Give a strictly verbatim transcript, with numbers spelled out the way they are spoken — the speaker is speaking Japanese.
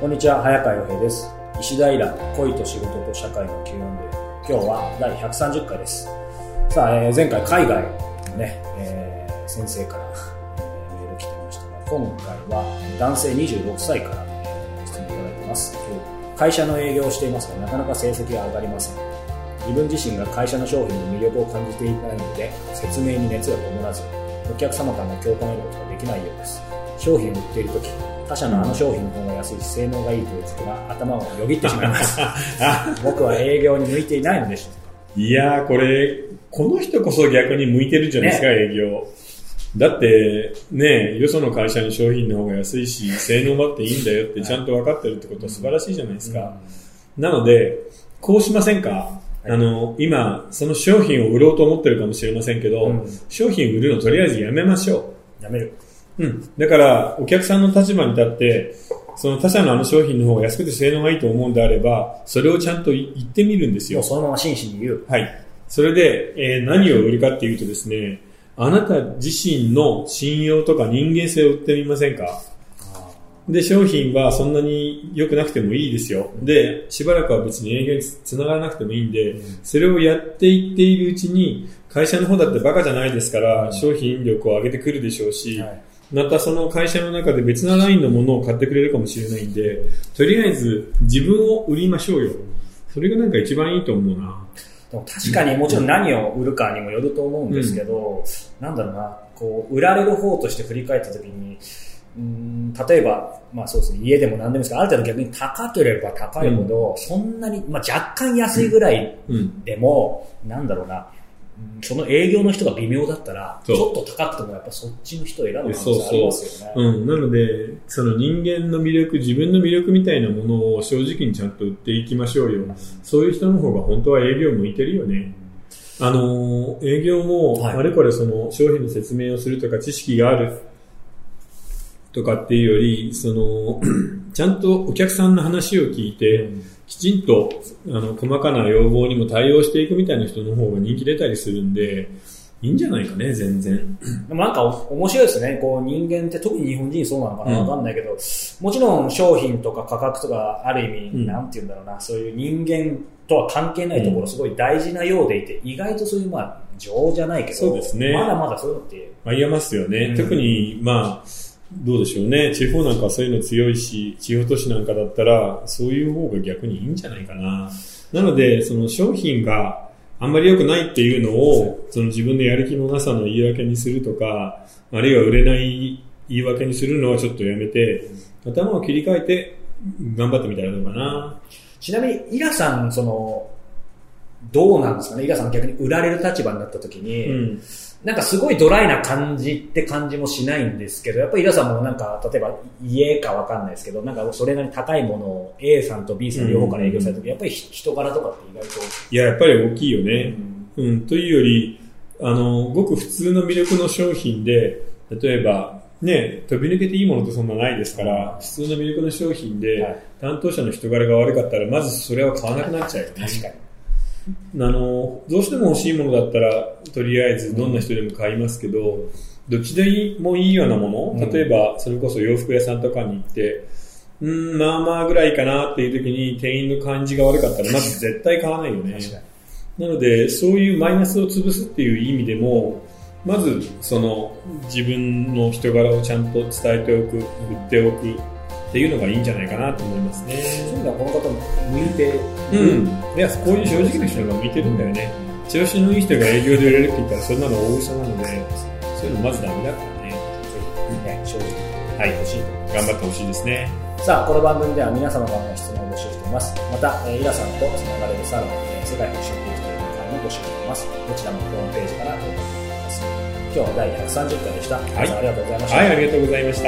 こんにちは、早川洋平です。石平恋と仕事と社会の キューアンドエー、今日はだいひゃくさんじゅっかいです。さあ、えー、前回海外のね、えー、先生から、えー、メール来てましたが、今回は男性にじゅうろくさいから、えー、質問いただいてます。会社の営業をしていますが、なかなか成績が上がりません。自分自身が会社の商品に魅力を感じていないので、説明に熱がこもらず、お客様からの共感を得ることができないようです。商品を売っているとき、他社のあの商品の方が安いし性能がいいということが頭をよぎってしまいます僕は営業に向いていないのでしょうか。 いやー、これこの人こそ逆に向いてるんじゃないですか、ね、営業だってね、よその会社の商品の方が安いし性能もあっていいんだよってちゃんと分かってるってことは素晴らしいじゃないですか、うん、なのでこうしませんか、はい、あの今その商品を売ろうと思ってるかもしれませんけど、うん、商品売るのとりあえずやめましょう。やめる。 うん。だから、お客さんの立場に立って、その他社のあの商品の方が安くて性能がいいと思うんであれば、それをちゃんと言ってみるんですよ。 もうそのまま真摯に言う。 はい。それで、えー、何を売るかっていうとですね、あなた自身の信用とか人間性を売ってみませんか？で、商品はそんなに良くなくてもいいですよ。で、しばらくは別に営業につながらなくてもいいんで、それをやっていっているうちに、会社の方だってバカじゃないですから、商品力を上げてくるでしょうし、はい、またその会社の中で別なラインのものを買ってくれるかもしれないんで、とりあえず自分を売りましょうよ。それがなんか一番いいと思うな。 でも確かにもちろん何を売るかにもよると思うんですけど、うん、なんだろうな、こう売られる方として振り返った時に、うーん例えば、まあそうですね、家でも何でもですが、ある程度逆に高ければ高いほど、うん、そんなに、まあ若干安いぐらいでも、うん、なんだろうな、その営業の人が微妙だったら、ちょっと高くてもやっぱそっちの人を選ぶ可能性ありますよね。 そうそう、うん。なので、その人間の魅力、自分の魅力みたいなものを正直にちゃんと売っていきましょうよ。うん、そういう人の方が本当は営業向いてるよね。うん、あの、営業も、あれこれその商品の説明をするとか知識があるとかっていうより、その、ちゃんとお客さんの話を聞いて、うん、きちんとあの細かな要望にも対応していくみたいな人の方が人気出たりするんで、いいんじゃないかね、全然。 でもなんか面白いですね。こう人間って特に日本人そうなのかな、わかんないけど、うん、もちろん商品とか価格とかある意味、うん、なんて言うんだろうな、そういう人間とは関係ないところすごい大事なようでいて、意外とそういうまあ情じゃないけど、 そうですね、 まだまだそういうのってありますよね。うん、特にまあどうでしょうね。地方なんかそういうの強いし、地方都市なんかだったら、そういう方が逆にいいんじゃないかな。なので、その商品があんまり良くないっていうのを、その自分のやる気のなさの言い訳にするとか、あるいは売れない言い訳にするのはちょっとやめて、頭を切り替えて頑張ってみたらどうかな。 ちなみに、イラさん、その、どうなんですかね。イラさん逆に売られる立場になった時に、うん、なんかすごいドライな感じって感じもしないんですけど、やっぱりイラさんもなんか、例えば家かわかんないですけど、なんかそれなりに高いものを A さんと B さん両方から営業された時、うん、やっぱり人柄とかって意外と。 いや、やっぱり大きいよね。うん。うん、というより、あの、ごく普通の魅力の商品で、例えば、ね、飛び抜けていいものってそんなないですから、普通の魅力の商品で、はい、担当者の人柄が悪かったら、まずそれは買わなくなっちゃうよね。 確かに。 あのどうしても欲しいものだったらとりあえずどんな人でも買いますけど、どっちでもいいようなもの、例えばそれこそ洋服屋さんとかに行ってうーんまあまあぐらいかなっていう時に店員の感じが悪かったらまず絶対買わないよね。なのでそういうマイナスを潰すっていう意味でもまずその自分の人柄をちゃんと伝えておく、売っておくっていうのがいいんじゃないかなと思いますね。 そういうのはこの方も向いてる。 うん。いや、こういう正直な人が向いてるんだよね。調子のいい人が営業で売れるって言ったらそんなの大嘘なので、そういうのまずダメだからね。 ね、正直。 はい、欲しい。頑張ってほしいですね。 さあ、この番組では皆様からの質問を募集しています。また、イラさんとつながれるサロンで世界の出品という会も募集しています。どちらもホームページからご覧いただけます。今日はだいひゃくさんじゅっかいでした。はい、ありがとうございました。 はい、ありがとうございました。